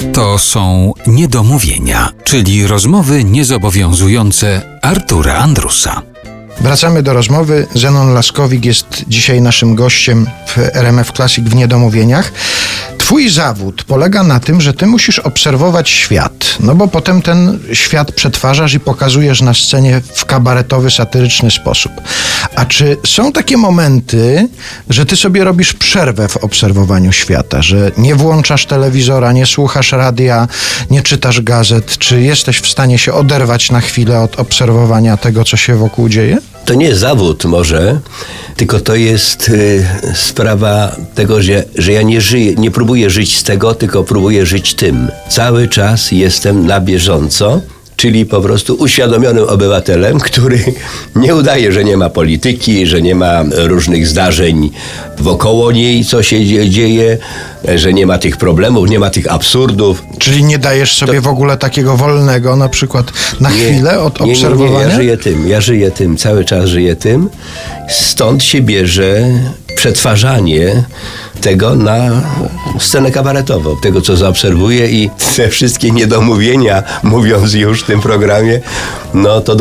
To są niedomówienia, czyli rozmowy niezobowiązujące Artura Andrusa. Wracamy do rozmowy. Zenon Laskowik jest dzisiaj naszym gościem w RMF Classic w Niedomówieniach. Twój zawód polega na tym, że ty musisz obserwować świat, no bo potem ten świat przetwarzasz i pokazujesz na scenie w kabaretowy, satyryczny sposób. A czy są takie momenty, że ty sobie robisz przerwę w obserwowaniu świata, że nie włączasz telewizora, nie słuchasz radia, nie czytasz gazet? Czy jesteś w stanie się oderwać na chwilę od obserwowania tego, co się wokół dzieje? To nie jest zawód może, tylko to jest sprawa tego, że ja nie próbuję żyć z tego, tylko próbuję żyć tym. Cały czas jestem na bieżąco, czyli po prostu uświadomionym obywatelem, który nie udaje, że nie ma polityki, że nie ma różnych zdarzeń wokoło niej, co się dzieje, że nie ma tych problemów, nie ma tych absurdów. Czyli nie dajesz sobie w ogóle takiego wolnego, na przykład na chwilę od obserwowania? Nie, ja żyję tym, cały czas żyję tym. Stąd się bierze przetwarzanie tego na scenę kabaretową, tego co zaobserwuję i te wszystkie niedomówienia, mówiąc już w tym programie, no to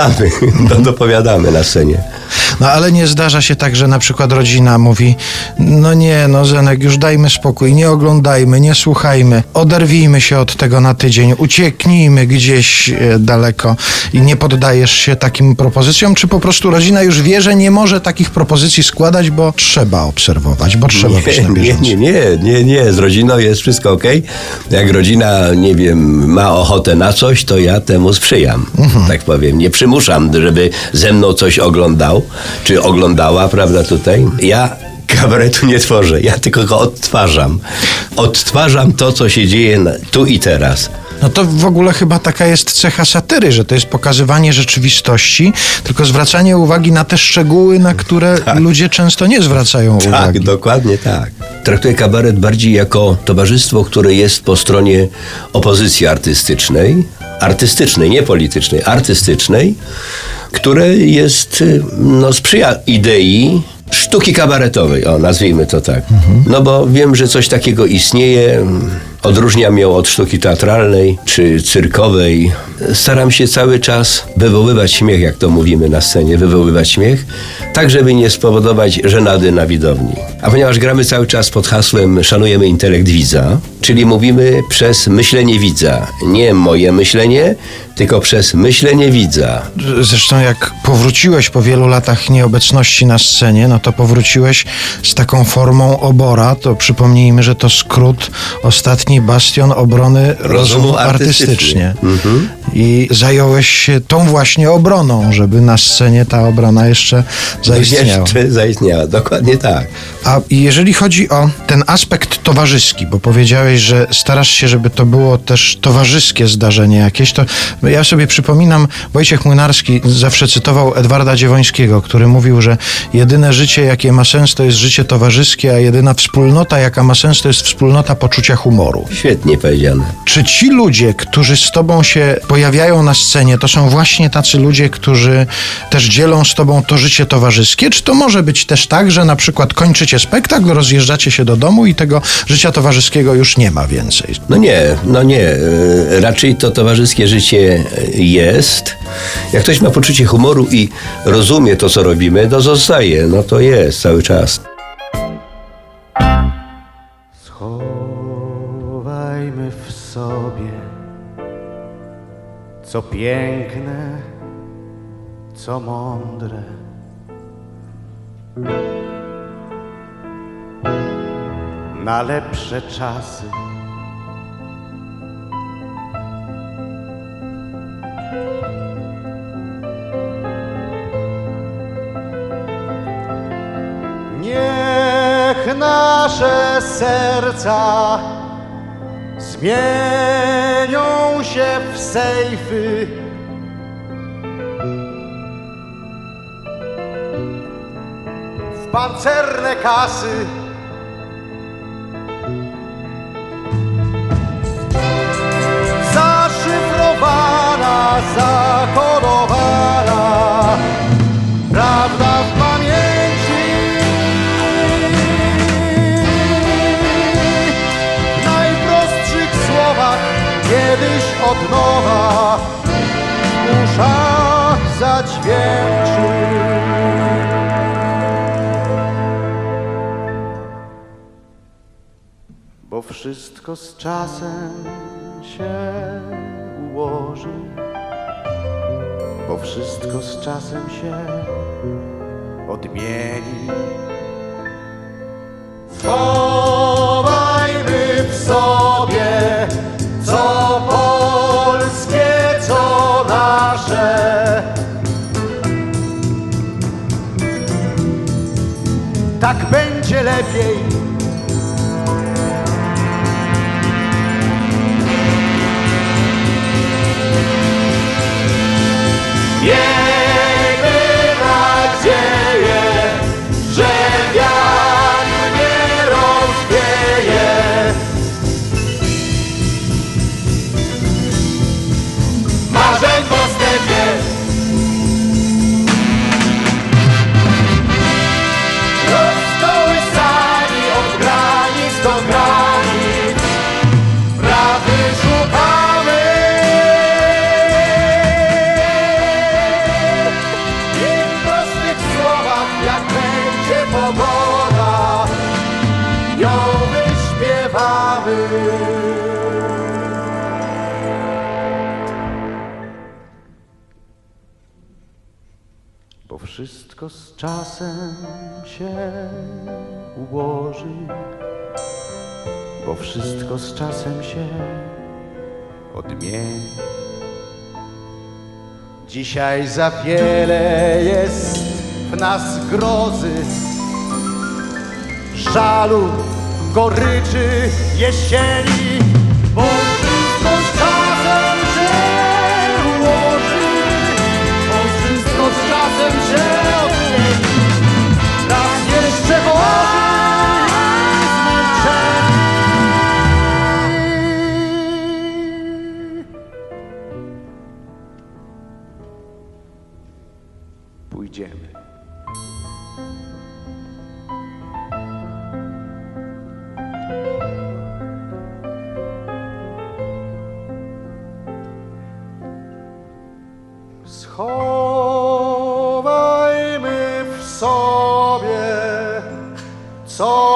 dopowiadamy na scenie. No ale nie zdarza się tak, że na przykład rodzina mówi: no nie, no Zenek, już dajmy spokój, nie oglądajmy, nie słuchajmy, oderwijmy się od tego na tydzień, ucieknijmy gdzieś daleko i nie poddajesz się takim propozycjom, czy po prostu rodzina już wie, że nie może takich propozycji składać, bo trzeba obserwować, bo trzeba być na bieżąco? Nie, z rodziną jest wszystko okej. Jak rodzina, nie wiem, ma ochotę na coś, to ja temu sprzyjam, tak powiem. Nie przymuszam, żeby ze mną coś oglądał, czy oglądała, prawda, tutaj. Ja kabaretu nie tworzę, ja tylko go odtwarzam. Odtwarzam to, co się dzieje tu i teraz. No to w ogóle chyba taka jest cecha satyry, że to jest pokazywanie rzeczywistości, tylko zwracanie uwagi na te szczegóły, na które ludzie często nie zwracają uwagi. Tak, dokładnie tak. Traktuję kabaret bardziej jako towarzystwo, które jest po stronie opozycji artystycznej, nie politycznej, artystycznej, które jest, sprzyja idei sztuki kabaretowej, nazwijmy to tak. No bo wiem, że coś takiego istnieje, odróżniam ją od sztuki teatralnej czy cyrkowej. Staram się cały czas wywoływać śmiech, jak to mówimy na scenie, wywoływać śmiech, tak żeby nie spowodować żenady na widowni. A ponieważ gramy cały czas pod hasłem szanujemy intelekt widza, czyli mówimy przez myślenie widza. Nie moje myślenie, tylko przez myślenie widza. Zresztą jak powróciłeś po wielu latach nieobecności na scenie, no to powróciłeś z taką formą Obora. To przypomnijmy, że to skrót Ostatni bastion obrony rozumu artystycznie. I zająłeś się tą właśnie obroną, żeby na scenie ta obrona jeszcze zaistniała. Dokładnie tak. A jeżeli chodzi o ten aspekt towarzyski, bo powiedziałeś, że starasz się, żeby to było też towarzyskie zdarzenie jakieś, to ja sobie przypominam, Wojciech Młynarski zawsze cytował Edwarda Dziewońskiego, który mówił, że jedyne życie, jakie ma sens, to jest życie towarzyskie, a jedyna wspólnota, jaka ma sens, to jest wspólnota poczucia humoru. Świetnie powiedziane. Czy ci ludzie, którzy z tobą się pojawiają na scenie, to są właśnie tacy ludzie, którzy też dzielą z tobą to życie towarzyskie? Czy to może być też tak, że na przykład kończycie spektakl, rozjeżdżacie się do domu i tego życia towarzyskiego już nie ma więcej? No nie. Raczej to towarzyskie życie jest. Jak ktoś ma poczucie humoru i rozumie to, co robimy, to zostaje. No to jest cały czas. Schowajmy w sobie, co piękne, co mądre. Na lepsze czasy. Niech nasze serca zmienią się w sejfy, w pancerne kasy. Zaszyfrowana, zakodowana prawda w pamięci. W najprostszych słowach kiedyś od nowa w uszach zadźwięczy. Bo wszystko z czasem się ułoży, bo wszystko z czasem się odmieni. Schowajmy w sobie, co polskie, co nasze. Tak będzie lepiej. Miejmy nadzieję, że wiatr nie rozwieje marzeń po stepie. Rozkołysani od granic do granic, prawdy szukamy. I w prostych słowach, jak będzie pogoda, ją wyśpiewamy. Bo wszystko z czasem się ułoży, bo wszystko z czasem się odmieni. Dzisiaj za wiele jest w nas grozy, żalu, goryczy, jesieni. Bo wszystko z czasem się ułoży, bo wszystko z czasem się odmieni. Raz jeszcze chorzy zmęczeni. Pójdziemy. Schowajmy w sobie, co